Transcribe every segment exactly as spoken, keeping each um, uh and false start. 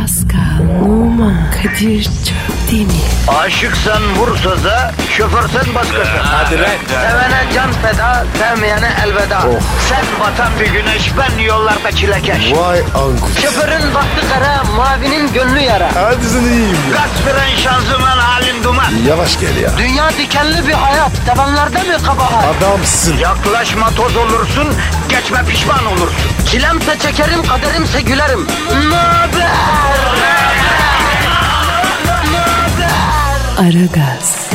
Pascal, Oman, Kadir Çöpdemir. Aşıksan vursa da, şoförsen başkasın. Hadi lan. Sevene can feda, sevmeyene elveda. Oh. Sen batan bir güneş, ben yollarda çilekeş. Vay anku. Şoförün baktı kara, mavinin gönlü yara. Hadi sen iyiyim ya. Kasperen şanzıman halin duman. Yavaş gel ya. Dünya dikenli bir hayat, sevenlerde mi kabahar? Adamsın. Yaklaşma toz olursun, geçme pişman olursun. Çilemse çekerim, kaderimse gülerim. Möber! Aragaz.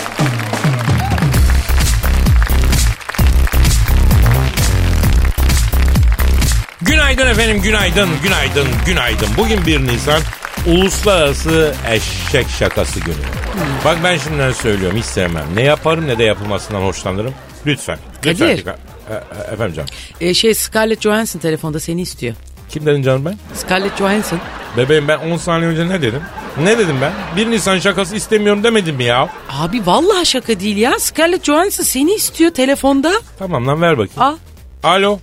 Günaydın efendim, günaydın, günaydın, günaydın. Bugün bir Nisan Uluslararası Eşek Şakası Günü. Bak ben şimdiden söylüyorum, hiç sevmem. Ne yaparım ne de yapılmasından hoşlanırım. Lütfen. Lütfen. Kadir. E, e, efendim canım. Ee, şey Scarlett Johansson telefonda seni istiyor. Kim dedin canım ben? Scarlett Johansson. Bebeğim ben on saniye önce ne dedim? Ne dedim ben? bir Nisan şakası istemiyorum demedim mi ya? Abi vallahi şaka değil ya. Scarlett Johansson seni istiyor telefonda. Tamam lan ver bakayım. Al. Alo.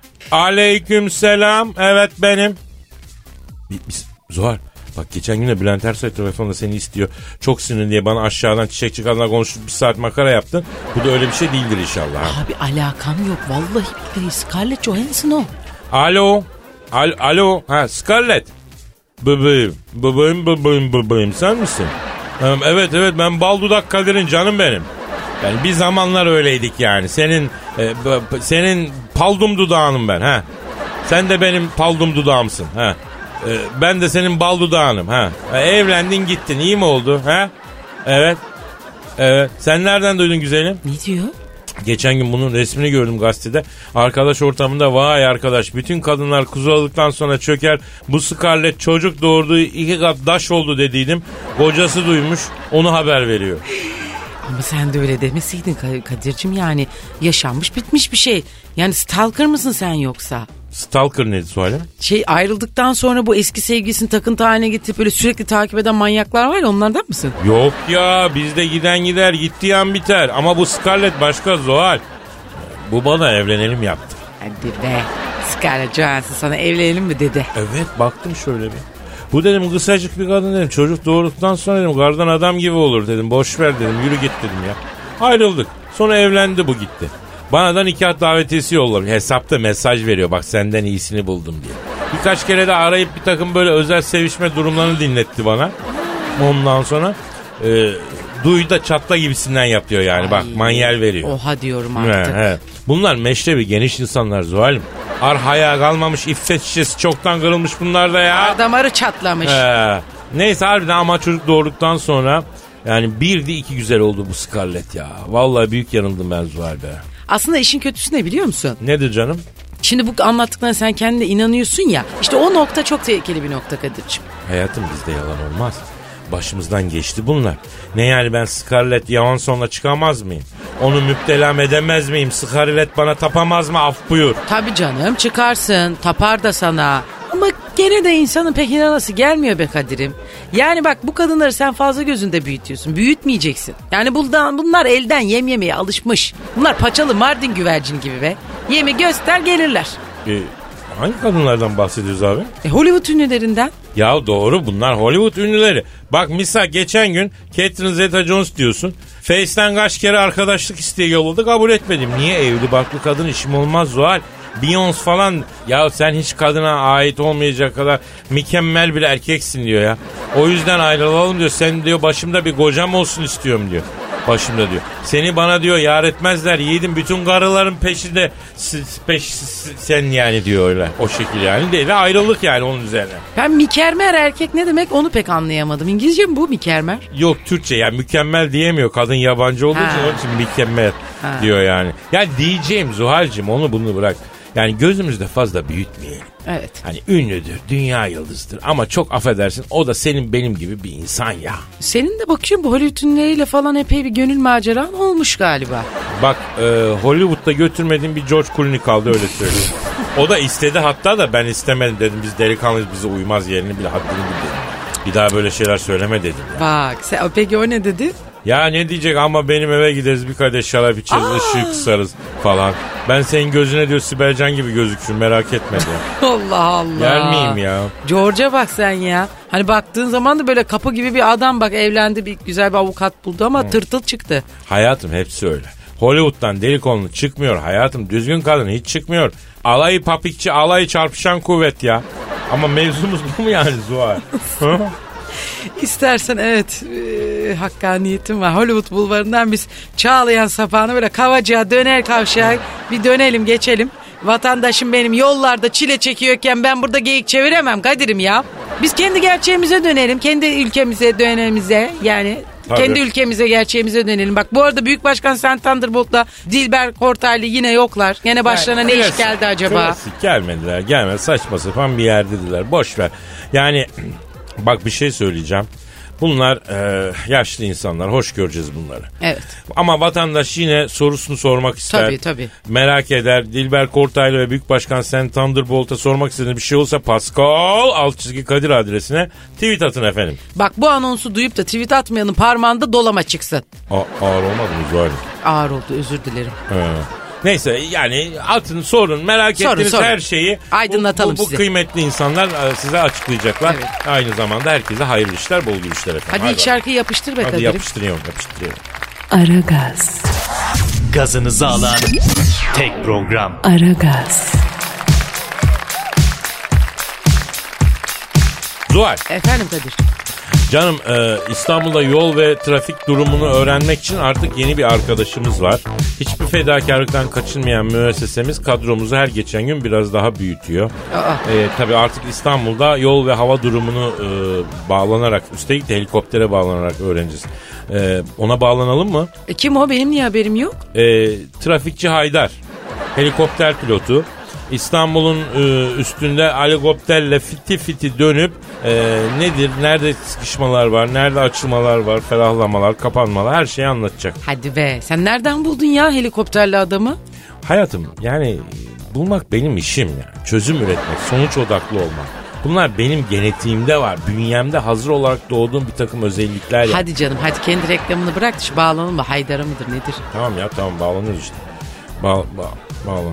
Aleyküm selam. Evet benim. Bir, bir, Zuhal. Bak geçen gün de Bülent Ersoy telefonda seni istiyor. Çok sinirli diye bana aşağıdan çiçekçi kadınla konuşup bir saat makara yaptın. Bu da öyle bir şey değildir inşallah. Ha? Abi alakam yok. Vallahi billahi Scarlett Johansson o. Alo. Al, alo. Ha Scarlett. Bebeğim. Bebeğim bebeğim bebeğim. Sen misin? Evet evet ben bal dudak Kadir'in canım benim. Yani bir zamanlar öyleydik yani. Senin e, senin paldum dudağınım ben ha. Sen de benim paldum dudağımsın ha. E, ben de senin bal dudağınım ha. E, evlendin gittin iyi mi oldu ha? Evet. Evet. Sen nereden duydun güzelim? Ne diyor? Geçen gün bunun resmini gördüm gazetede. Arkadaş ortamında vay arkadaş bütün kadınlar kuzu aldıktan sonra çöker. Bu Scarlett çocuk doğurduğu iki kat daş oldu dediydim. Kocası duymuş onu haber veriyor. Ama sen de öyle demeseydin Kadir'cim yani yaşanmış bitmiş bir şey. Yani stalker mısın sen yoksa? Stalker neydi Suhal'e? Şey ayrıldıktan sonra bu eski sevgilisini takıntı haline getirip böyle sürekli takip eden manyaklar var ya onlardan mısın? Yok ya bizde giden gider gittiği an biter. Ama bu Scarlett başka Zuhal. Bu bana evlenelim yaptı. Hadi be Scarlett Johansson sana evlenelim mi dedi. Evet baktım şöyle bir. Bu dedim kısacık bir kadın dedim. Çocuk doğurduktan sonra dedim kardan adam gibi olur dedim. Boş ver dedim yürü git dedim ya. Ayrıldık. Sonra evlendi bu gitti. Bana da nikah davetiyesi yollamış. Hesapta mesaj veriyor bak senden iyisini buldum diye. Birkaç kere de arayıp bir takım böyle özel sevişme durumlarını dinletti bana. Ondan sonra e, duyu da çatla gibisinden yapıyor yani. Ay, bak manyel veriyor. Oha diyorum artık. He, he. Bunlar meşrebi geniş insanlar Zuhal'im. Ar haya kalmamış iffet şişesi çoktan kırılmış bunlar da ya. Ar damarı çatlamış. He. Neyse harbiden ama çocuk doğurduktan sonra yani bir de iki güzel oldu bu Scarlett ya. Vallahi büyük yanıldım ben Zuhal be. Aslında işin kötüsü ne biliyor musun? Nedir canım? Şimdi bu anlattıklarına sen kendine inanıyorsun ya. İşte o nokta çok tehlikeli bir nokta Kadir'ciğim. Hayatım bizde yalan olmaz. Başımızdan geçti bunlar. Ne yani ben Scarlett Johansson'la çıkamaz mıyım? Onu müptelam edemez miyim? Scarlett bana tapamaz mı? Af buyur. Tabii canım çıkarsın. Tapar da sana. Ama gene de insanın pek inanası gelmiyor be Kadir'im. Yani bak bu kadınları sen fazla gözünde büyütüyorsun. Büyütmeyeceksin. Yani bundan, bunlar elden yem yemeye alışmış. Bunlar paçalı Mardin güvercin gibi be. Yemi göster gelirler. E, hangi kadınlardan bahsediyoruz abi? E, Hollywood ünlülerinden. Ya doğru bunlar Hollywood ünlüleri. Bak misal geçen gün Catherine Zeta-Jones diyorsun. Face'ten kaç kere arkadaşlık isteği yolladı kabul etmedim. Niye evli barklı kadın işim olmaz Zuhal? Beyoncé falan ya sen hiç kadına ait olmayacak kadar mükemmel bir erkeksin diyor ya. O yüzden ayrılalım diyor. Sen diyor başımda bir kocam olsun istiyorum diyor. Başımda diyor. Seni bana diyor yar etmezler yiğidim bütün karıların peşinde peş, sen yani diyor öyle. O şekil yani değil ayrılık yani onun üzerine. Ben mikermer erkek ne demek onu pek anlayamadım. İngilizce mi bu mikermer? Yok Türkçe yani mükemmel diyemiyor. Kadın yabancı olduğu için onun için mükemmel ha. diyor yani. Ya diyeceğim Zuhal'cığım onu bunu bırak. Yani gözümüzde fazla büyütmeyelim. Evet. Hani ünlüdür, dünya yıldızıdır ama çok affedersin o da senin benim gibi bir insan ya. Senin de bakıyorum bu Hollywood ünlüleriyle falan epey bir gönül maceran olmuş galiba. Bak e, Hollywood'da götürmediğim bir George Clooney kaldı öyle söyleyeyim. O da istedi hatta da ben istemedim dedim biz delikanlıyız bize uymaz yerini bile haddini bil dedim. Bir daha böyle şeyler söyleme dedim ya. Bak sen, peki o ne dedi? Ya ne diyecek ama benim eve gideriz bir kadeh şarap içeriz ışığı kısarız falan. Ben senin gözüne diyor Sibelcan gibi gözüksün merak etme diyor. Allah Allah. Yer miyim ya? George'a bak sen ya. Hani baktığın zaman da böyle kapı gibi bir adam bak evlendi bir güzel bir avukat buldu ama hmm. tırtıl çıktı. Hayatım hepsi öyle. Hollywood'dan delikonlu çıkmıyor hayatım. Düzgün kadın hiç çıkmıyor. Alayı papikçi alayı çarpışan kuvvet ya. Ama mevzumuz bu mu yani Zuhal? İstersen evet e, hakkaniyetim var. Hollywood bulvarından biz Çağlayan sapağına böyle Kavacığa döner kavşağa bir dönelim geçelim. Vatandaşım benim yollarda çile çekiyorken ben burada geyik çeviremem Kadir'im ya. Biz kendi gerçeğimize dönelim. Kendi ülkemize dönemimize yani Tabii. kendi ülkemize gerçeğimize dönelim. Bak bu arada Büyük Başkan Sen Thunderbolt'la Dilber Kortaylı yine yoklar. Yine başlarına yani, ne klasik, iş geldi acaba? Klasik gelmediler gelmedi saçma sapan bir yerdediler boş ver. Yani bak bir şey söyleyeceğim. Bunlar e, yaşlı insanlar. Hoş göreceğiz bunları. Evet. Ama vatandaş yine sorusunu sormak ister. Tabii tabii. Merak eder. Dilber Kortaylı ve Büyük Başkan Sen Thunderbolt'a sormak istediğiniz bir şey olsa Pascal alt çizgi Kadir adresine tweet atın efendim. Bak bu anonsu duyup da tweet atmayanın parmağında dolama çıksın. A- ağır olmadı mı Zuhal? Ağır oldu özür dilerim. He. Neyse yani atın sorun merak sorun, ettiğiniz sorun. Her şeyi aydınlatalım bu, bu, bu size. kıymetli insanlar size açıklayacaklar. Evet. Aynı zamanda herkese hayırlı işler bol gülüşler efendim. Hadi, Hadi ilk şarkıyı yapıştır be Kadir'im. Hadi yapıştırıyorum yapıştırıyorum. Aragaz. Gazınızı alan tek program. Aragaz. Zuhal. Efendim Kadir. Canım e, İstanbul'da yol ve trafik durumunu öğrenmek için artık yeni bir arkadaşımız var. Hiçbir fedakarlıktan kaçınmayan müessesemiz kadromuzu her geçen gün biraz daha büyütüyor. E, tabii artık İstanbul'da yol ve hava durumunu e, bağlanarak, üstelik de helikoptere bağlanarak öğreneceğiz. E, ona bağlanalım mı? E, kim o? Benim niye haberim yok? E, trafikçi Haydar, helikopter pilotu. İstanbul'un e, üstünde helikopterle fiti fiti dönüp e, nedir, nerede sıkışmalar var, nerede açılmalar var, ferahlamalar, kapanmalar her şeyi anlatacak. Hadi be, sen nereden buldun ya helikopterli adamı? Hayatım yani bulmak benim işim yani. Çözüm üretmek, sonuç odaklı olmak. Bunlar benim genetiğimde var. Bünyemde hazır olarak doğduğum bir takım özellikler. Yani. Hadi canım hadi kendi reklamını bırak şu bağlanalım mı? Haydar'a mıdır nedir? Tamam ya tamam bağlanırız işte. Ba ba bağlan.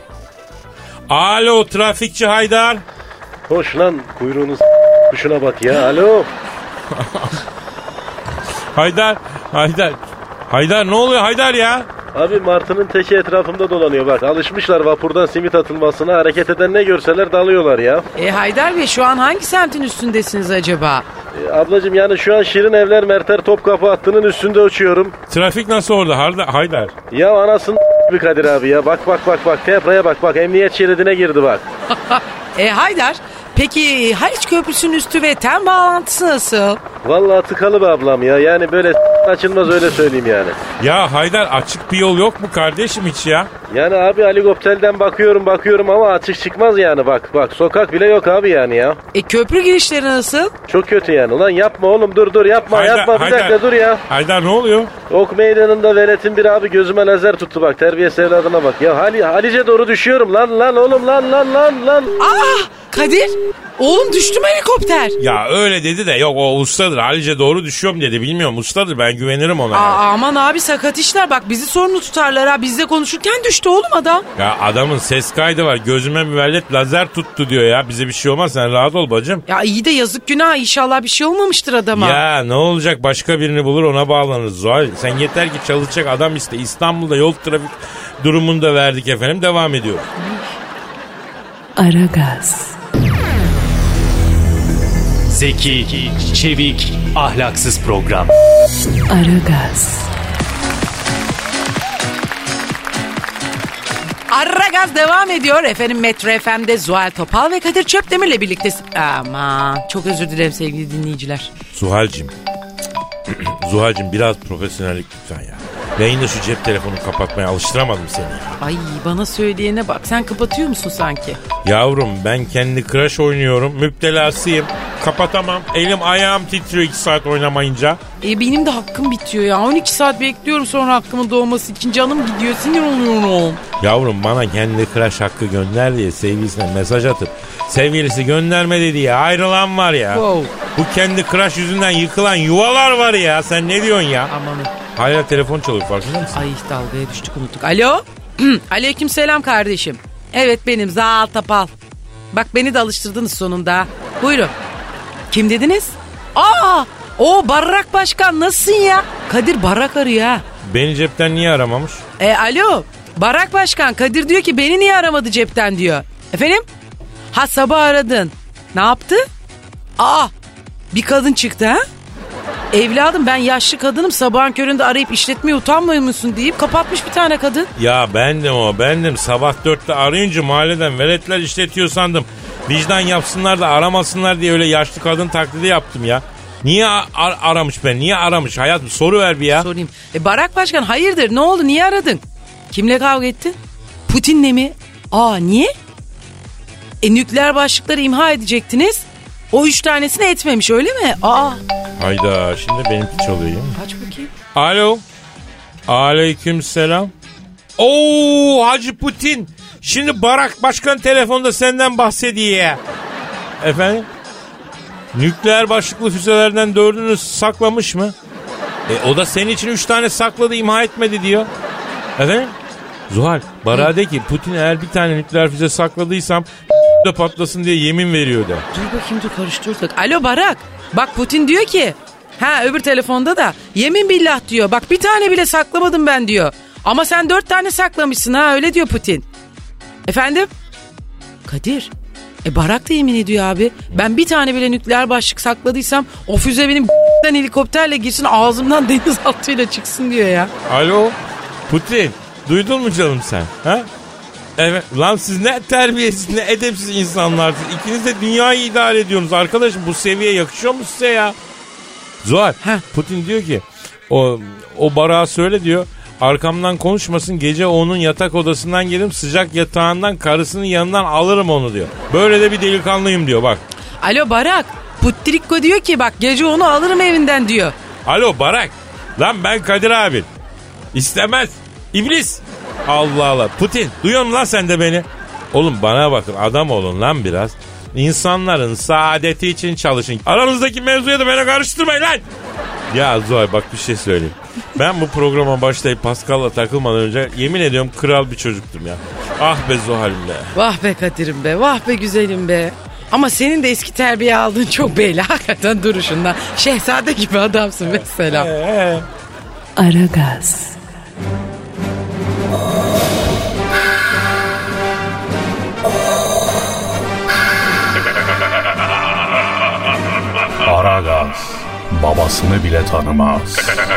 Alo trafikçi Haydar. Hoş lan kuyruğunuz kuşuna bak ya alo. Haydar Haydar. Haydar ne oluyor Haydar ya? Abi martının teki etrafımda dolanıyor bak. Alışmışlar vapurdan simit atılmasına, hareket eden ne görseler dalıyorlar ya. E Haydar Bey şu an hangi semtin üstündesiniz acaba? E, ablacığım yani şu an Şirin Evler Merter Topkapı hattının üstünde uçuyorum. Trafik nasıl orada Haydar? Ya anasını bir Kadir abi ya. Bak bak bak bak tepraya bak bak emniyet şeridine girdi bak. e Haydar peki Haliç Köprüsü'nün üstü ve ten bağlantısı nasıl? Vallahi tıkalı be ablam ya. Yani böyle açılmaz öyle söyleyeyim yani. Ya Haydar açık bir yol yok mu kardeşim hiç ya? Yani abi helikopterden bakıyorum bakıyorum ama açık çıkmaz yani bak. Bak sokak bile yok abi yani ya. E köprü girişleri nasıl? Çok kötü yani. Ulan yapma oğlum dur dur yapma Haydar, yapma bir Haydar, dakika dur ya. Haydar ne oluyor? Ok meydanında veletin bir abi gözüme lazer tuttu bak. Terbiyesiz evladına bak. Ya Hali, Halice doğru düşüyorum lan lan oğlum lan lan lan lan. Ah Kadir oğlum düştü mü helikopter? Ya öyle dedi de yok o ustadır. Halice doğru düşüyorum dedi. Bilmiyorum ustadır ben güvenirim ona. Aa, aman abi sakat işler bak bizi sorumlu tutarlar ha. Bizle konuşurken düştü oğlum adam. Ya adamın ses kaydı var. Gözüme müvellet lazer tuttu diyor ya. Bize bir şey olmaz sen rahat ol bacım. Ya iyi de yazık günah inşallah bir şey olmamıştır adama. Ya ne olacak başka birini bulur ona bağlanırız Zuhal. Sen yeter ki çalışacak adam iste. İstanbul'da yol trafik durumunu da verdik efendim devam ediyor. Aragaz. Zeki, çevik, ahlaksız program. Aragaz. Aragaz devam ediyor. Efendim Metro F M'de Zuhal Topal ve Kadir Çöpdemir'le birlikte... Aman çok özür dilerim sevgili dinleyiciler. Zuhal'cim. Zuhal'cim biraz profesyonellik lütfen ya. Yayında şu cep telefonunu kapatmaya alıştıramadım seni ya. Ay bana söyleyene bak sen kapatıyor musun sanki? Yavrum ben kendi crush oynuyorum müptelasıyım. Kapatamam. Elim ayağım titriyor iki saat oynamayınca. E benim de hakkım bitiyor ya. on iki saat bekliyorum sonra hakkımın doğması için. Canım gidiyor, sinir oluyorum. Yavrum bana kendi crush hakkı gönder diye sevgilisine mesaj atıp sevgilisi göndermedi diye ayrılan var ya. Wow. Bu kendi crush yüzünden yıkılan yuvalar var ya. Sen ne diyorsun ya? Amanın. Hala telefon çalıyor, farkında mısın? Ay dalgaya düştük, unuttuk. Alo. Aleyküm selam kardeşim. Evet benim Zal Tapal. Bak beni de alıştırdınız sonunda. Buyurun. Kim dediniz? Aa, o Barrak Başkan, nasılsın ya? Kadir Barrak arıyor ha. Beni cepten niye aramamış? E alo Barrak Başkan, Kadir diyor ki beni niye aramadı cepten diyor. Efendim? Ha sabah aradın. Ne yaptı? Aa, bir kadın çıktı ha? Evladım ben yaşlı kadınım, sabahın köründe arayıp işletmeye utanmıyor musun deyip kapatmış bir tane kadın. Ya bendim o bendim. Sabah dörtte arayınca mahalleden veletler işletiyor sandım. Vicdan yapsınlar da aramasınlar diye öyle yaşlı kadın taklidi yaptım ya. Niye ar- aramış ben? Niye aramış? Hayatım soru ver bir ya. Sorayım. E Barak Başkan hayırdır, ne oldu, niye aradın? Kimle kavga ettin? Putin'le mi? Aa niye? E nükleer başlıkları imha edecektiniz. O üç tanesini etmemiş öyle mi? Aa. Hayda şimdi benimki çalıyor. Aç bakayım. Alo. Aleyküm selam. Oo Hacı Putin. Şimdi Barak Başkan telefonda senden bahsediyor. Efendim? Nükleer başlıklı füzelerden dördünü saklamış mı? E, o da senin için üç tane sakladı, imha etmedi diyor. Efendim? Zuhal, Barak'a de ki Putin eğer bir tane nükleer füze sakladıysam da patlasın diye yemin veriyor da. Dur bakayım, dur karıştırdık. Alo Barak. Bak Putin diyor ki, ha öbür telefonda da yemin billah diyor. Bak bir tane bile saklamadım ben diyor. Ama sen dört tane saklamışsın ha, öyle diyor Putin. Efendim? Kadir. E Barak da yemin ediyor abi. Ben bir tane bile nükleer başlık sakladıysam o füze benim helikopterle girsin, ağzımdan denizaltıyla çıksın diyor ya. Alo Putin, duydun mu canım sen? Ha? Evet lan, siz ne terbiyesiz ne edepsiz insanlarsınız. İkiniz de dünyayı idare ediyorsunuz arkadaşım. Bu seviye yakışıyor mu size ya? Zuhal, Heh. Putin diyor ki o, o Barak'a söyle diyor. Arkamdan konuşmasın, gece onun yatak odasından gelip sıcak yatağından karısının yanından alırım onu diyor. Böyle de bir delikanlıyım diyor bak. Alo Barak. Putrikko diyor ki bak gece onu alırım evinden diyor. Alo Barak. Lan ben Kadir abi. İstemez. İblis. Allah Allah. Putin duyuyor musun lan sen de beni? Oğlum bana bakın, adam olun lan biraz. İnsanların saadeti için çalışın. Aranızdaki mevzuya da beni karıştırmayın lan. Ya Zuhal bak bir şey söyleyeyim. Ben bu programa başlayıp Pascal'la takılmadan önce yemin ediyorum kral bir çocuktum ya. Ah be Zuhal'im be. Vah be Kadir'im be, vah be güzelim be. Ama senin de eski terbiye aldığın çok belli hakikaten duruşundan. Şehzade gibi adamsın mesela. Ee, Aragaz. Aragaz babasını bile tanımaz.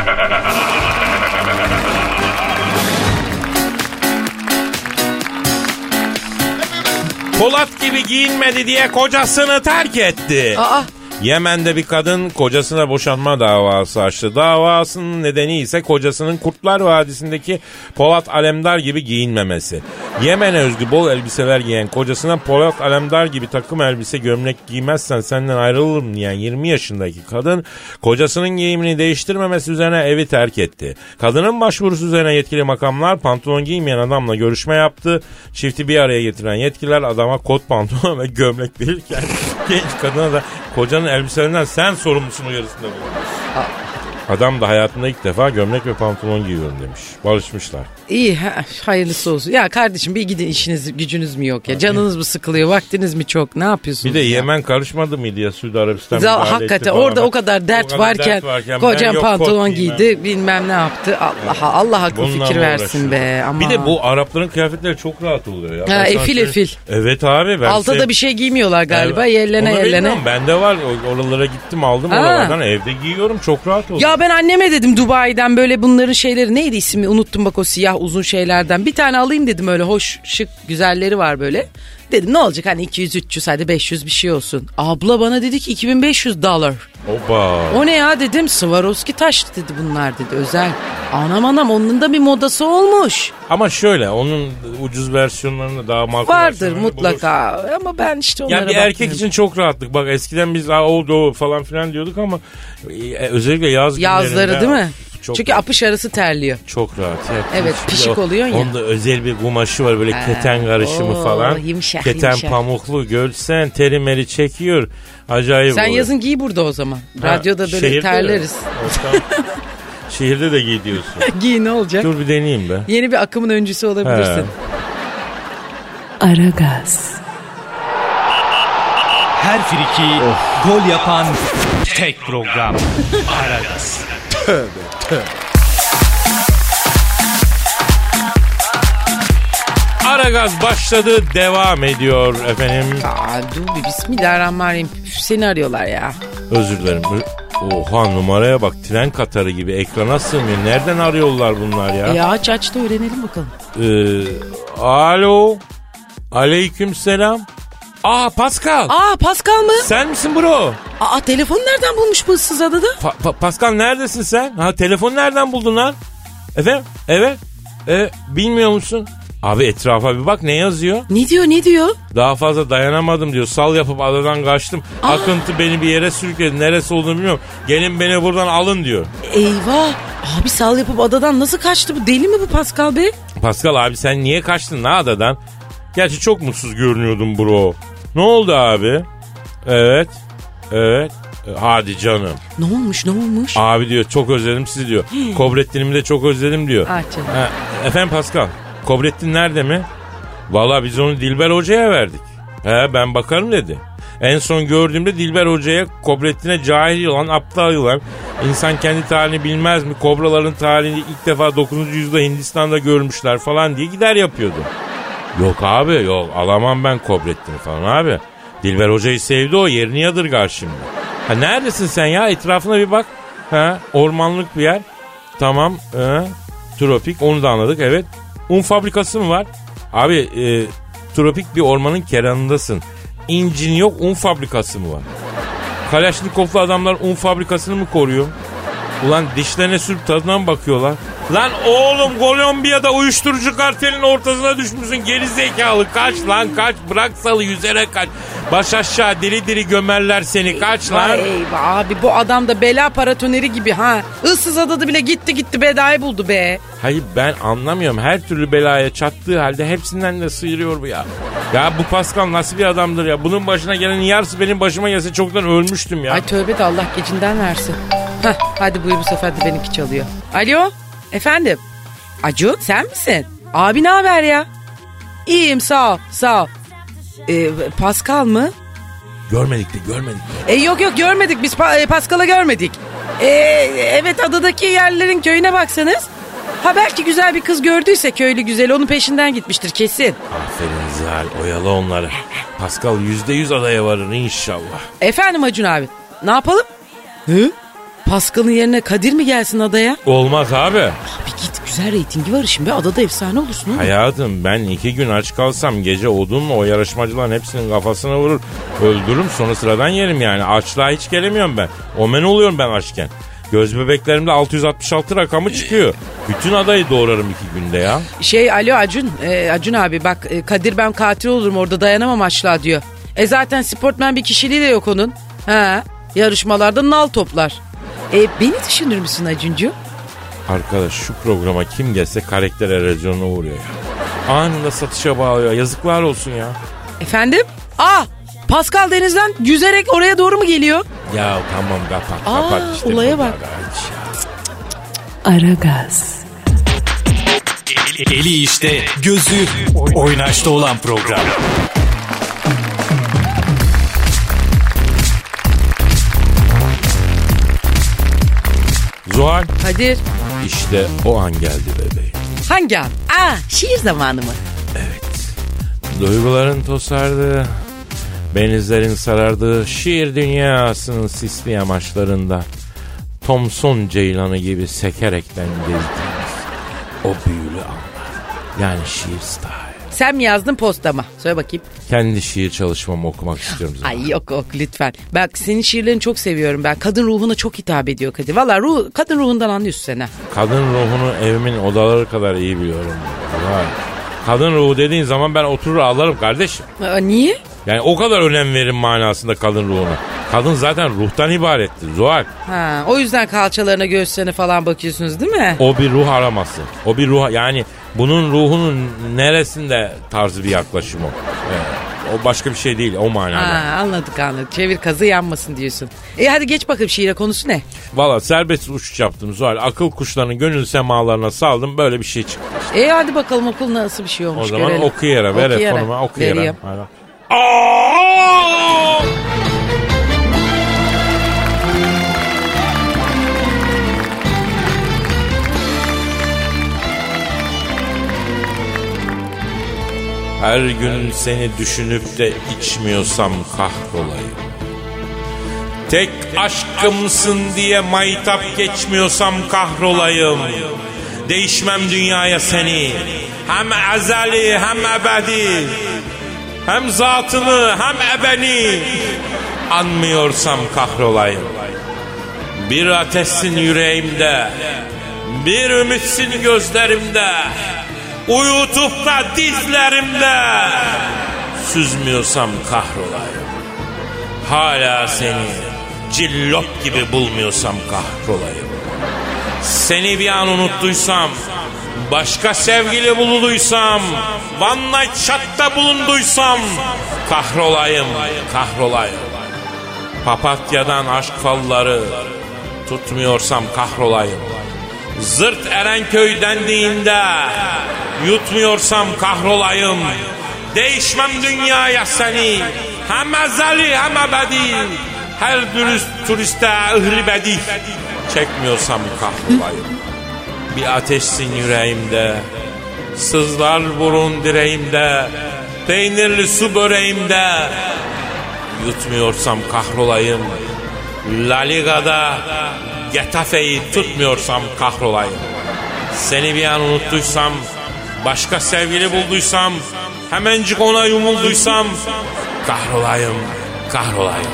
Polat gibi giyinmedi diye kocasını terk etti. Aa. Yemen'de bir kadın kocasına boşanma davası açtı. Davasının nedeni ise kocasının Kurtlar Vadisi'ndeki Polat Alemdar gibi giyinmemesi. Yemen'e özgü bol elbiseler giyen kocasına Polat Alemdar gibi takım elbise gömlek giymezsen senden ayrılırım diyen yirmi yaşındaki kadın kocasının giyimini değiştirmemesi üzerine evi terk etti. Kadının başvurusu üzerine yetkili makamlar pantolon giymeyen adamla görüşme yaptı. Çifti bir araya getiren yetkililer adama kot pantolon ve gömlek verirken genç kadına da kocanın elbiselerinden sen sorumlusun uyarısında bulunmuş. Adam da hayatında ilk defa gömlek ve pantolon giyiyorum demiş. Barışmışlar. İyi ha, hayırlısı olsun. Ya kardeşim bir gidin, işiniz gücünüz mü yok ya? Canınız mı sıkılıyor? Vaktiniz mi çok? Ne yapıyorsunuz? Bir de ya? Yemen karışmadı mıydı ya Suudi Arabistan? Zal, hakikaten orada o kadar dert, o kadar varken, dert varken kocan pantolon giydi bilmem ne yaptı. Allah'a Allah akıl bununla fikir versin be. Ama. Bir de bu Arapların kıyafetleri çok rahat oluyor ya. Ha, efil söyleyeyim. efil. Evet abi. Ben Altta sev... da bir şey giymiyorlar galiba, evet. yerlene Onu yerlene. bilmiyorum. Bende var, oralara gittim aldım ha. Oralardan evde giyiyorum, çok rahat oluyor. Ya ben anneme dedim Dubai'den böyle bunların şeyleri neydi ismi unuttum bak, o siyah uzun şeylerden bir tane alayım dedim, öyle hoş şık güzelleri var böyle. Dedim ne olacak hani iki yüz üç yüz hadi beş yüz bir şey olsun. Abla bana dedi ki iki bin beş yüz dolar. Oba. O ne ya dedim. Swarovski taş dedi bunlar dedi özel. Anam anam onun da bir modası olmuş. Ama şöyle onun ucuz versiyonlarında daha makul Vardır versiyonlarını mutlaka bulursun. ama ben işte onlara Ya bir erkek bakmıyorum. için çok rahatlık. Bak eskiden biz o falan filan diyorduk ama e, özellikle yaz Yazları günlerinde- değil mi? Çok Çünkü apış arası terliyor. Çok rahat. Ya, Evet, Şimdi pişik o- oluyor ya. Onda özel bir kumaşı var böyle Ha, keten karışımı oo, falan. yumuşak, keten yumuşak. pamuklu görsen terimeri çekiyor. Acayip Sen oluyor. yazın giy burada o zaman. Ha, Radyoda böyle şehirde terleriz. mi? O zaman- Şehirde de giy diyorsun. Giy ne olacak? Dur bir deneyeyim be. Yeni bir akımın öncüsü olabilirsin. He. Aragaz, Her friki gol yapan tek program. Aragaz. Aragaz başladı, devam ediyor efendim. Aa, dur bir bismillahirrahmanirrahim. Üf, seni arıyorlar ya. Özür dilerim. Oha numaraya bak, tren katarı gibi ekrana sığmıyor. Nereden arıyorlar bunlar ya? E aç aç da öğrenelim bakalım. Ee, alo. Aleyküm selam. Aa Pascal. Aa Pascal mı? Sen misin bro? Aa telefonu nereden bulmuş bu ıssız adada? Pa- Pa- Pascal neredesin sen? Ha telefonu nereden buldun lan? Efendim? Evet. E, bilmiyor musun? Abi etrafa bir bak, ne yazıyor? Ne diyor ne diyor? Daha fazla dayanamadım diyor. Sal yapıp adadan kaçtım. Aa. Akıntı beni bir yere sürükledi. Neresi olduğunu bilmiyorum. Gelin beni buradan alın diyor. Eyvah. Abi sal yapıp adadan nasıl kaçtı bu? Deli mi bu Pascal Bey? Pascal abi sen niye kaçtın lan adadan? Gerçi çok mutsuz görünüyordun bro. Ne oldu abi? Evet. Evet. E, Hadi canım. Ne olmuş ne olmuş? Abi diyor çok özledim sizi diyor. Kobrettin'imi de çok özledim diyor. Ah canım. Ha, efendim Pascal, Kobrettin nerede mi? Valla biz onu Dilber Hoca'ya verdik. He ben bakarım dedi. En son gördüğümde Dilber Hoca'ya Kobrettin'e cahil yılan, aptal yılan, insan kendi tarihini bilmez mi? Kobraların tarihini ilk defa dokuzuncu yüzyılda Hindistan'da görmüşler falan diye gider yapıyordu. Yok abi yok, alamam ben Kobrettin'i falan abi. Dilber Hoca'yı sevdi, o yerini yadırgar şimdi. Ha neredesin sen ya, etrafına bir bak. Ha ormanlık bir yer. Tamam. He, tropik, onu da anladık evet. Un fabrikası mı var? Abi e, tropik bir ormanın kenarındasın. İncin yok, un fabrikası mı var? Kalaşnikovlu adamlar un fabrikasını mı koruyor? Ulan dişlerine sürüp tadına mı bakıyorlar? Lan oğlum Kolombiya'da uyuşturucu kartelinin ortasına düşmüşsün, geri zekalı, kaç lan kaç, bırak salı yüzere kaç. Baş aşağı diri diri gömerler seni, kaç lan. Vay eyvah abi bu adam da bela paratoneri gibi ha. Issız adada bile gitti gitti bedayı buldu be. Hayır ben anlamıyorum, her türlü belaya çattığı halde hepsinden de sıyırıyor bu ya. Ya bu Pascal nasıl bir adamdır ya, bunun başına gelenin yarısı benim başıma gelse çoktan ölmüştüm ya. Ay tövbe de Allah gecinden versin. Hah hadi buyur bu sefer de benimki çalıyor. Alo efendim. Acun sen misin? Abi ne haber ya? İyiyim sağ ol sağ ol. Ee, Pascal mı? Görmedik de görmedik de. E, yok yok görmedik biz pa- e, Pascal'ı görmedik. E, evet adadaki yerlerin köyüne baksanız. Ha belki güzel bir kız gördüyse köylü güzel onun peşinden gitmiştir kesin. Aferin Zihal, oyalı onları. Pascal yüzde yüz adaya varır inşallah. Efendim Acun abi ne yapalım? Hı? Pascal'ın yerine Kadir mi gelsin adaya? Olmaz abi. Abi git güzel reytingi var şimdi adada efsane olursun oğlum. Hayatım ben iki gün aç kalsam gece odunla o yarışmacıların hepsinin kafasına vurur. Öldürürüm, sonra sıradan yerim yani. Açlığa hiç gelemiyorum ben. Omen oluyorum ben açken. Göz bebeklerimde altı yüz altmış altı rakamı çıkıyor. Bütün adayı doğrarım iki günde ya. Şey alo Acun, e, Acun abi bak e, Kadir ben katil olurum orada dayanamam açlığa diyor. E zaten sportmen bir kişiliği de yok onun. Ha, yarışmalarda nal toplar. E beni düşünür müsün Acuncu? Arkadaş şu programa kim gelse karakter erozyonuna uğruyor ya. Anında satışa bağlıyor. Yazıklar olsun ya. Efendim? Aa Pascal denizden yüzerek oraya doğru mu geliyor? Ya tamam kapat Aa, kapat işte. olaya bu bak. kadar. Aragaz, Eli işte, gözü oynaşta olan program. Zuhal Kadir. işte o an geldi bebeğim. Hangi an? Aa şiir zamanı mı? Duyguların tosardığı, benizlerin sarardığı şiir dünyasının sisli yamaçlarında Thomson ceylanı gibi sekerekten gezdiğimiz o büyülü anlar. Yani şiir style. Sen mi yazdın posta mı? Söyle bakayım. Kendi şiir çalışmamı okumak istiyorum zaten. Ay yok yok lütfen. Bak senin şiirlerini çok seviyorum ben. Kadın ruhuna çok hitap ediyor Kadir. Valla ruh, kadın ruhundan anlıyorsun sen ha. Kadın ruhunu evimin odaları kadar iyi biliyorum. Vay. Kadın ruhu dediğin zaman ben oturur ağlarım kardeşim. Aa, niye? Yani o kadar önem verin manasında kadın ruhuna. Kadın zaten ruhtan ibarettir Zuhal. Ha, o yüzden kalçalarına göğüslerine falan bakıyorsunuz değil mi? O bir ruh araması. O bir ruh, yani bunun ruhunun neresinde tarzı bir yaklaşım o. Evet. O başka bir şey değil o manada. Ha, anladık anladık. Çevir kazı yanmasın diyorsun. E hadi geç bakalım şiire, konusu ne? Valla serbest uçuş yaptım Zuhal. Akıl kuşlarının gönül semalarına saldım, böyle bir şey çıktı. E hadi bakalım okul nasıl bir şey olmuş O zaman görelim. okuyara ver Okuyara. fonuma okuyara. Vereyim. Her gün seni düşünüp de içmiyorsam kahrolayım. Tek aşkımsın diye maytap geçmiyorsam kahrolayım. Değişmem dünyaya seni. Hem ezeli hem ebedi. Hem zatını hem ebeni. Anmıyorsam kahrolayım. Bir ateşsin yüreğimde. Bir ümitsin gözlerimde. Uyutup da dizlerimde. Süzmüyorsam kahrolayım. Hala seni cillop gibi bulmuyorsam kahrolayım. Seni bir an unuttuysam, başka sevgili bulunduysam, one night shot'ta bulunduysam kahrolayım, kahrolayım. Papatyadan aşk falları tutmuyorsam kahrolayım. Zırt Erenköy dendiğinde yutmuyorsam kahrolayım. Değişmem dünyaya seni, hem ezeli hem ebedi. Her dürüst turiste ıhli bedi. Çekmiyorsam kahrolayım. Bir ateşsin yüreğimde, sızlar burun direğimde, peynirli su böreğimde. Yutmuyorsam kahrolayım. La Liga'da Getafe'yi tutmuyorsam kahrolayım. Seni bir an unuttuysam, başka sevgili bulduysam, hemencik ona yumulduysam kahrolayım, kahrolayım.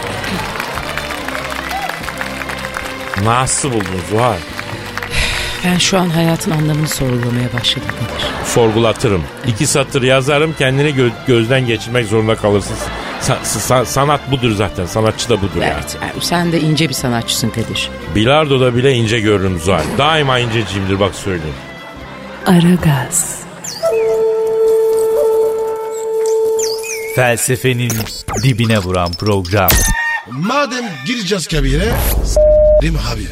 Nasıl buldun Zuhal? Ben şu an hayatın anlamını sorgulamaya başladım Kadir. Sorgulatırım. İki satır yazarım, kendini gö- gözden geçirmek zorunda kalırsın. Sa- sa- sanat budur zaten. Sanatçı da budur Evet, yani. yani sen de ince bir sanatçısın Kadir. Bilardo'da bile ince görürüm Zuhal. Daima inceciyimdir, bak söyleyeyim. Aragaz, Felsefenin dibine vuran program. Madem gireceğiz kabire, s***rim abi.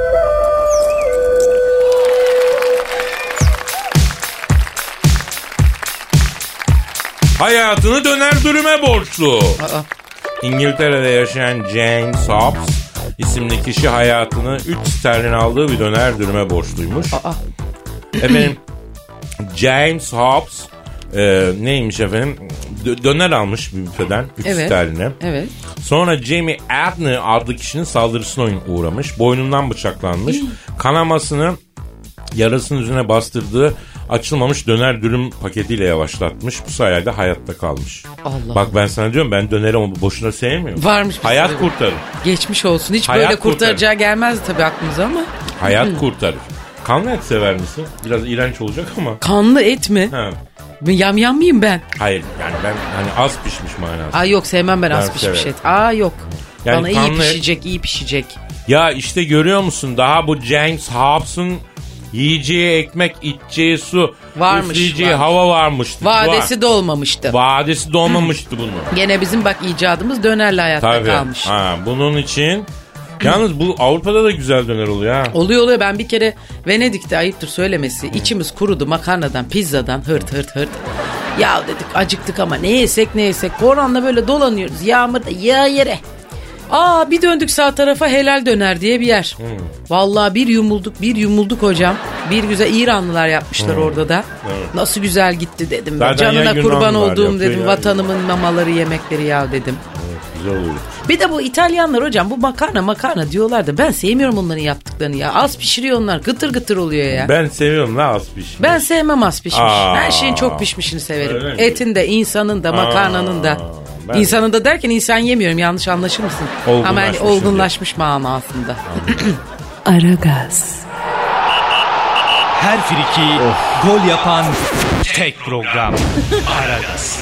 Hayatını döner dürüme borçlu. Aa. İngiltere'de yaşayan James Hobbs isimli kişi hayatını üç sterlin aldığı bir döner dürüme borçluymuş. Aa. Efendim James Hobbs e, neymiş efendim? Dö- döner almış bir büfeden üç Evet. sterline. Evet. Sonra Jamie Adner adlı kişinin saldırısına uğramış. Boynundan bıçaklanmış. Kanamasını yarasının üzerine bastırdığı açılmamış döner dürüm paketiyle yavaşlatmış. Bu sayede hayatta kalmış. Allah. Bak ben sana diyorum, ben döneri ama boşuna sevmiyorum. Varmış bir Hayat sebebi. kurtarır. Geçmiş olsun. Hiç Hayat böyle kurtaracağı gelmezdi tabii aklımıza ama. Hayat kurtarır. Kanlı et sever misin? Biraz iğrenç olacak ama. Kanlı et mi? Ha. Yam yam mıyım ben? Hayır yani ben hani az pişmiş manası. Aa yok sevmem ben, Ben az pişmiş severim. et. Aa yok. Yani Bana iyi kanlı et- pişecek, iyi pişecek. Ya işte görüyor musun, daha bu James Hobbs'ın yiyeceği ekmek, içeceği su, Varmış, üfleyeceği varmış. hava varmıştı. Vadesi dolmamıştı. Vadesi dolmamıştı bunun. Gene bizim bak icadımız dönerle hayatta Tabii. kalmış. Ha, bunun için yalnız bu Avrupa'da da güzel döner oluyor ha. Oluyor oluyor, ben bir kere Venedik'te, ayıptır söylemesi, içimiz kurudu makarnadan, pizzadan, hırt hırt hırt. Ya dedik acıktık ama ne yesek ne yesek. Koran'la böyle dolanıyoruz yağmurda yağ yere. Aa bir döndük sağ tarafa, helal döner diye bir yer. Hmm. Vallahi bir yumulduk bir yumulduk hocam. Bir güzel İranlılar yapmışlar Hmm. orada da. Evet. Nasıl güzel gitti dedim. Ben. Zaten ya Canına kurban Yunanlılar olduğum yapıyor dedim. ya. Vatanımın mamaları yemekleri ya dedim. güzel oluyor. Bir de bu İtalyanlar hocam bu makarna makarna diyorlar da ben sevmiyorum onların yaptıklarını ya. Az pişiriyor onlar, gıtır gıtır oluyor ya. Ben seviyorum la az pişmiş. Ben sevmem az pişmiş. Aa, Her şeyin çok pişmişini severim. öyle mi? Etin de, insanın da, makarnanın da. ben- İnsanın da derken insan yemiyorum, yanlış anlaşılmasın. Ama yani Olgunlaşmış olgunlaşmış manasında. Aragaz, Her friki gol yapan tek program. Aragaz.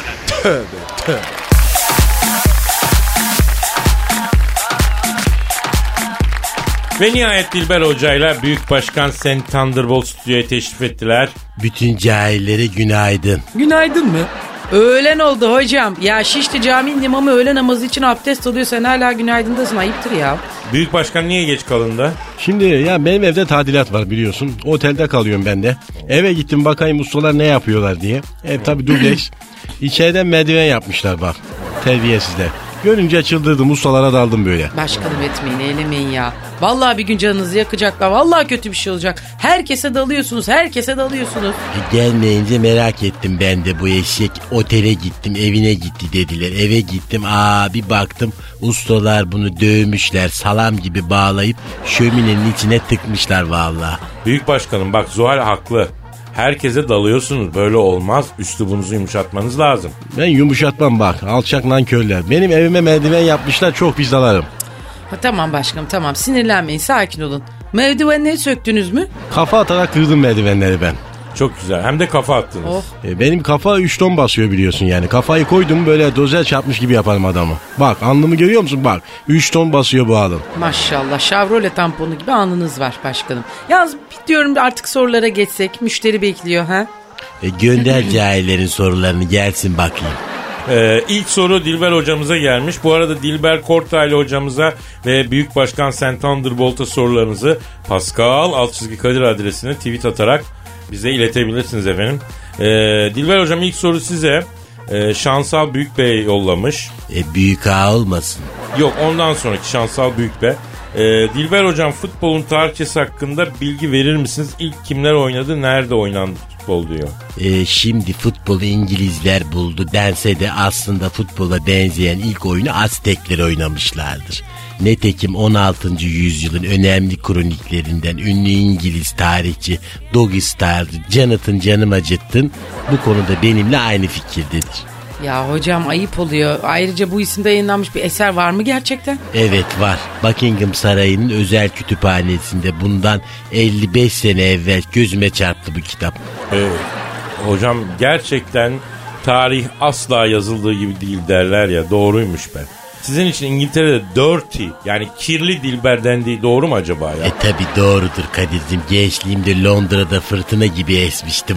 Ve nihayet Dilber Hoca'yla Büyük Başkan Sen Thunderbolt stüdyoya teşrif ettiler. Bütün cahillere günaydın. Günaydın mı? Öğlen oldu hocam. Ya Şişli Camii'nin imamı öğle namazı için abdest alıyor. Sen hala günaydındasın. Ayıptır ya. Büyük Başkan niye geç kalındı? Şimdi ya benim evde tadilat var biliyorsun. Otelde kalıyorum ben de. Eve gittim bakayım ustalar ne yapıyorlar diye. Ev tabi dubleks. İçeriden merdiven yapmışlar bak. Terbiyesizler. Görünce çıldırdım, ustalara daldım böyle. Başkanım etmeyin, eylemeyin ya. Vallahi bir gün canınızı yakacaklar. Vallahi kötü bir şey olacak. Herkese dalıyorsunuz, herkese dalıyorsunuz. E, gelmeyince merak ettim ben de bu eşek. Otele gittim, evine gitti dediler. Eve gittim, aa bir baktım ustalar bunu dövmüşler. Salam gibi bağlayıp şöminenin içine tıkmışlar vallahi. Büyük Başkanım bak Zuhal haklı. Herkese dalıyorsunuz. Böyle olmaz. Üslubunuzu yumuşatmanız lazım. Ben yumuşatmam bak, alçak nankörler. Benim evime merdiven yapmışlar, çok pis dalarım. Ha, tamam başkanım tamam, sinirlenmeyin, sakin olun. Merdivenleri söktünüz mü? Kafa atarak kırdım merdivenleri ben. Çok güzel. Hem de kafa attınız. Oh. E, benim kafa üç ton basıyor biliyorsun yani. Kafayı koydum böyle dozer çarpmış gibi yaparım adamı. Bak alnımı görüyor musun bak. üç ton basıyor bu alın. Maşallah Chevrolet tamponu gibi alnınız var başkanım. Yalnız diyorum artık sorulara geçsek, müşteri bekliyor ha. E, gönder cahillerin sorularını gelsin bakayım. Ee, ilk soru Dilber hocamıza gelmiş. Bu arada Dilber Kortaylı hocamıza ve Büyük Başkan Sen Thunderbolt'a sorularınızı Pascal alt çizgi Kadir adresine tweet atarak bize iletebilirsiniz efendim. Ee, Dilber hocam ilk soru size. Ee, Şansal Büyük Bey yollamış. E, büyük ağa olmasın. Yok ondan sonraki Şansal Büyük Bey. Ee, Dilber hocam futbolun tarihçesi hakkında bilgi verir misiniz? İlk kimler oynadı, nerede oynandı futbol diyor. E, şimdi futbolu İngilizler buldu dense de aslında futbola benzeyen ilk oyunu Aztekler oynamışlardır. Netekim on altıncı yüzyılın önemli kroniklerinden ünlü İngiliz tarihçi Doggy Styles, Jonathan Canım Acıttın bu konuda benimle aynı fikirdedir. Ya hocam ayıp oluyor. Ayrıca bu isimde yayınlanmış bir eser var mı gerçekten? Evet var. Buckingham Sarayı'nın özel kütüphanesinde bundan elli beş sene evvel gözüme çarptı bu kitap. Ee, hocam gerçekten tarih asla yazıldığı gibi değil derler ya, doğruymuş be. Sizin için İngiltere'de dirty yani kirli Dilber dendiği doğru mu acaba ya? E tabi doğrudur Kadir'cim. Gençliğimde Londra'da fırtına gibi esmiştim.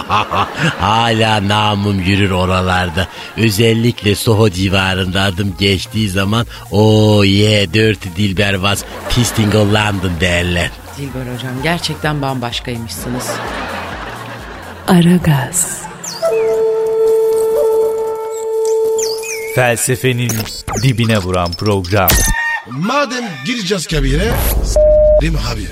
Hala namım yürür oralarda. Özellikle Soho civarında adım geçtiği zaman oh yeah dirty Dilber was pisting of London derler. Dilber hocam gerçekten bambaşkaymışsınız. Aragaz, Felsefenin dibine vuran program. Madem gireceğiz kabire, s**rim habire.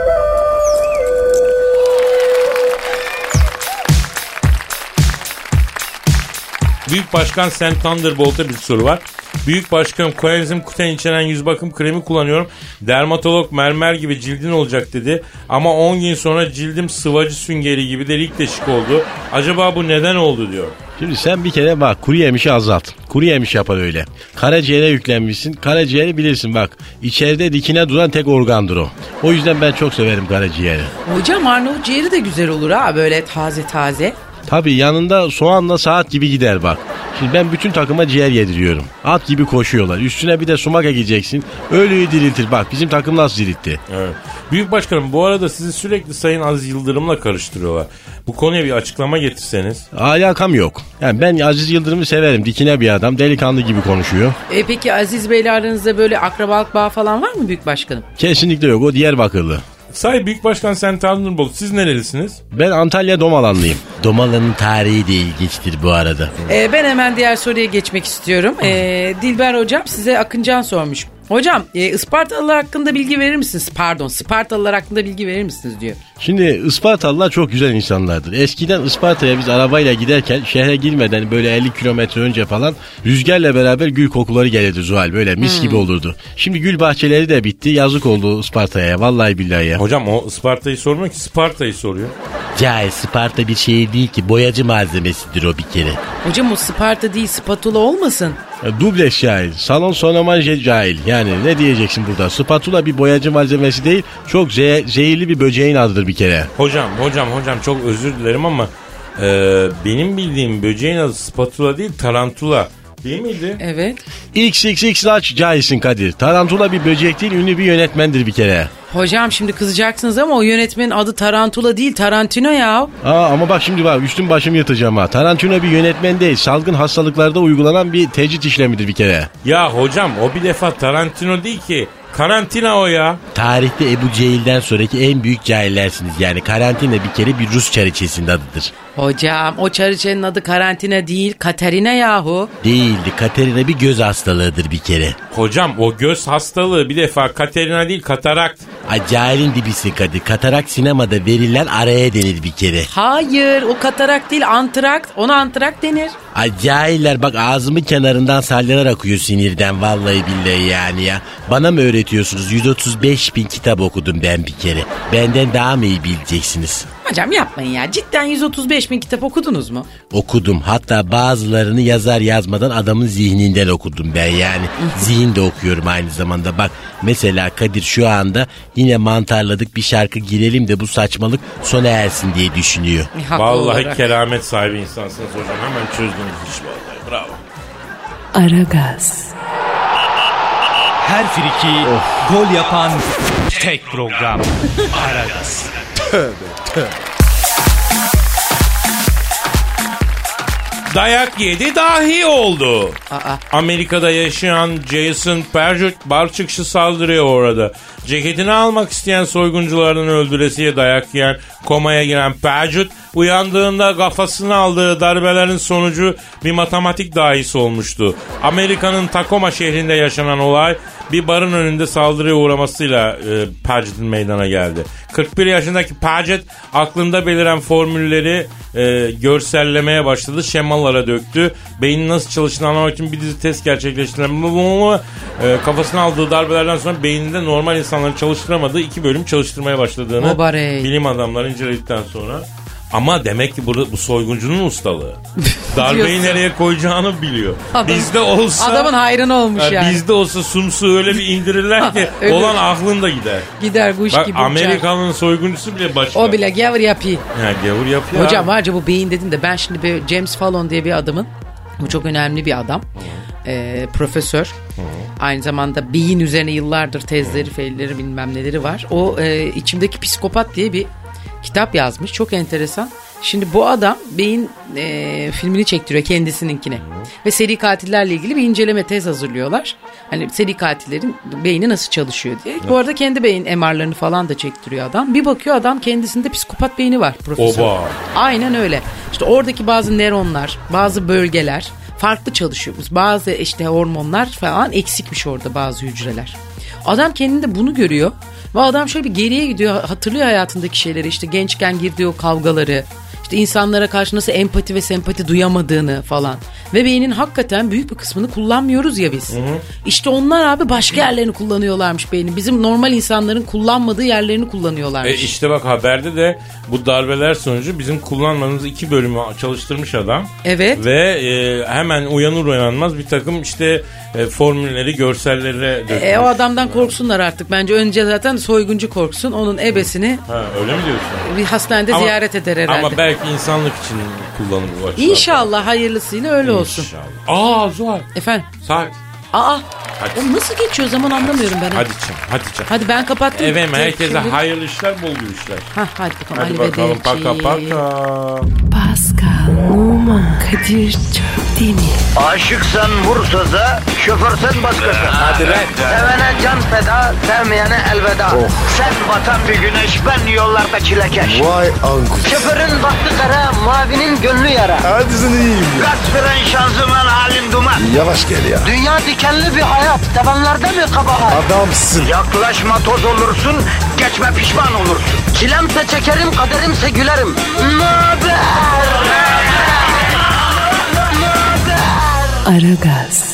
Büyük Başkan Sen Thunderbolt'a bir soru var. Büyük Başkanım koenzim kuten içeren yüz bakım kremi kullanıyorum. Dermatolog mermer gibi cildin olacak dedi. Ama on gün sonra cildim sıvacı süngeri gibi delik deşik oldu. Acaba bu neden oldu diyor. Şimdi sen bir kere bak kuru yemişi azalt. Kuru yemiş yapar öyle. Karaciğere yüklenmişsin. Karaciğeri bilirsin bak. İçeride dikine duran tek organdır o. O yüzden ben çok severim karaciğeri. Hocam Arnavut ciğeri de güzel olur ha, böyle taze taze. Tabii yanında soğanla saat gibi gider bak. Şimdi ben bütün takıma ciğer yediriyorum. At gibi koşuyorlar. Üstüne bir de sumak ekeceksin. Ölüyü diriltir. Bak bizim takım nasıl diriltti. Evet. Büyük Başkanım bu arada sizi sürekli Sayın Aziz Yıldırım'la karıştırıyorlar. Bu konuya bir açıklama getirseniz. Alakam yok. Yani ben Aziz Yıldırım'ı severim. Dikine bir adam. Delikanlı gibi konuşuyor. E peki Aziz Bey'le aranızda böyle akrabalık bağı falan var mı Büyük Başkanım? Kesinlikle yok. O Diyarbakırlı. Say Büyük Başkan Sen Thunderbolt, siz nerelisiniz? Ben Antalya Domalanlıyım. Domalan'ın tarihi de ilginçtir bu arada. E, ben hemen diğer soruya geçmek istiyorum. E, Dilber hocam size Akıncan sormuş. Hocam e, Ispartalılar hakkında bilgi verir misiniz? Pardon Spartalılar hakkında bilgi verir misiniz diyor. Şimdi Ispartalılar çok güzel insanlardır. Eskiden Isparta'ya biz arabayla giderken şehre girmeden böyle elli kilometre önce falan rüzgarla beraber gül kokuları gelirdi Zuhal. Böyle mis hmm. gibi olurdu. Şimdi gül bahçeleri de bitti. Yazık oldu Isparta'ya. Vallahi billahi ya. Hocam o Isparta'yı sormuyor ki Sparta'yı soruyor. Cahil, Sparta bir şehir değil ki, boyacı malzemesidir o bir kere. Hocam o Sparta değil spatula olmasın? E, dubles cahil. Salon sonomanje cahil. Yani ne diyeceksin burada? Spatula bir boyacı malzemesi değil. Çok ze- zehirli bir böceğin adıdır bir kere. Hocam hocam hocam çok özür dilerim ama e, benim bildiğim böceğin adı spatula değil tarantula. Değil miydi? Evet. X X X large cahilsin Kadir. Tarantula bir böcek değil, ünlü bir yönetmendir bir kere. Hocam şimdi kızacaksınız ama o yönetmenin adı Tarantula değil, Tarantino ya. Aa, ama bak şimdi bak üstüm başım yırtacağım ha. Tarantino bir yönetmen değil, salgın hastalıklarda uygulanan bir tecrit işlemidir bir kere. Ya hocam o bir defa Tarantino değil ki. Karantina o ya. Tarihte Ebu Cehil'den sonraki en büyük cahillersiniz. Yani karantina bir kere bir Rus çariçesinin adıdır. Hocam o çariçenin adı karantina değil, Katerina yahu. Değildi. Katerina bir göz hastalığıdır bir kere. Hocam o göz hastalığı bir defa Katerina değil katarakt. Ay cahilin dibisin Kadir. Katarakt sinemada verilen araya denir bir kere. Hayır o katarak değil antrakt, ona antrak denir. Ay cahiller bak ağzımın kenarından salyalar akıyor sinirden vallahi billahi yani ya. Bana mı öğretiyorsunuz? yüz otuz beş bin kitap okudum ben bir kere. Benden daha mı iyi bileceksiniz? Hocam yapmayın ya, cidden yüz otuz beş bin kitap okudunuz mu? Okudum, hatta bazılarını yazar yazmadan adamın zihninden okudum ben yani. Zihin de okuyorum aynı zamanda. Bak mesela Kadir şu anda yine mantarladık bir şarkı girelim de bu saçmalık sona ersin diye düşünüyor. Vallahi olarak keramet sahibi insansınız hocam, hemen çözdünüz iş vallahi, bravo. Aragaz. Her friki of. Gol yapan tek program. Aragaz. Tövbe tövbe. Dayak yedi dahi oldu. Aa. Amerika'da yaşayan Jason Perjut bar çıkışı saldırıya uğradı. Ceketini almak isteyen soygunculardan öldüresiye dayak yiyen, komaya giren Perjut uyandığında kafasına aldığı darbelerin sonucu bir matematik dahisi olmuştu. Amerika'nın Tacoma şehrinde yaşanan olay bir barın önünde saldırıya uğramasıyla e, Perjut'un meydana geldi. kırk bir yaşındaki Perjut aklında beliren formülleri e, görsellemeye başladı. Şemalara döktü. Beynin nasıl çalıştığını anlamak için bir dizi test gerçekleştiren e, kafasına aldığı darbelerden sonra beyninde normal insanların çalıştıramadığı iki bölüm çalıştırmaya başladığını Obarey. bilim adamları inceledikten sonra. Ama demek ki burada bu soyguncunun ustalığı. Darbeyi nereye koyacağını biliyor. Adam, bizde olsa adamın hayrına olmuş yani. yani. Bizde olsa sumsu öyle bir indirirler ki olan aklında gider. Gider kuş Bak, gibi. Amerikan'ın uçar. Soyguncusu bile başka. O bile gavur yapıyor. Ya gavur yapıyor. Hocam varca bu beyin dedim de ben şimdi bir James Fallon diye bir adamın, bu çok önemli bir adam. Ee, profesör. Hı. Aynı zamanda beyin üzerine yıllardır tezleri, feilleri bilmem neleri var. O e, içimdeki psikopat diye bir kitap yazmış. Çok enteresan. Şimdi bu adam beyin e, filmini çektiriyor kendisininkine. Hı. Ve seri katillerle ilgili bir inceleme tez hazırlıyorlar. Hani seri katillerin beyni nasıl çalışıyor diye. Hı. Bu arada kendi beyin M R'larını falan da çektiriyor adam. Bir bakıyor adam kendisinde psikopat beyni var profesör. Oba. Aynen öyle. İşte oradaki bazı nöronlar, bazı bölgeler farklı çalışıyormuş. Bazı işte hormonlar falan eksikmiş orada, bazı hücreler. Adam kendinde bunu görüyor. Ve adam şöyle bir geriye gidiyor, hatırlıyor hayatındaki şeyleri, işte gençken girdiği o kavgaları, işte insanlara karşı nasıl empati ve sempati duyamadığını falan. Ve beynin hakikaten büyük bir kısmını kullanmıyoruz ya biz. Hı hı. İşte onlar abi başka yerlerini kullanıyorlarmış beynin. Bizim normal insanların kullanmadığı yerlerini kullanıyorlarmış. E işte bak haberde de bu darbeler sonucu bizim kullanmadığımız iki bölümü çalıştırmış adam. Evet. Ve e, hemen uyanır uyanmaz bir takım işte e, formülleri, görsellere dökmüş. E o adamdan korksunlar artık. Bence önce zaten soyguncu korksun. Onun ebesini ha, öyle mi diyorsun? Bir hastanede ama, ziyaret eder herhalde. Ama belki insanlık için kullanır bu açıdan. İnşallah hayırlısıyla öyle olsun. İnşallah. Aa Zuhal. Efendim? Saat. Aa. O nasıl geçiyor zaman anlamıyorum ben. Hadi canım, hadi canım. Hadi ben kapattım. Evet, herkese hayırlı işler, bol işler. Ha, hadi bakalım. Hadi bakalım, paka paka. Pascal, Teoman Kadir Çöpdemir. Aşıksan vursa da, şoförsen başkasın. Hadi lan. Sevene can feda, sevmeyene elveda. Sen batan bir güneş, ben yollarda çilekeş. Vay anku. Şoförün baktı kara, mavinin gönlü yara. Hadi sen iyiyim ya. Kasperen şanzıman halin duman. Yavaş gel ya. Dünya dikenli bir hayat, sevenlerde mi kabahar? Adamsın. Yaklaşma toz olursun, geçme pişman olursun. Çilemse çekerim, kaderimse gülerim. Möber! Aragaz.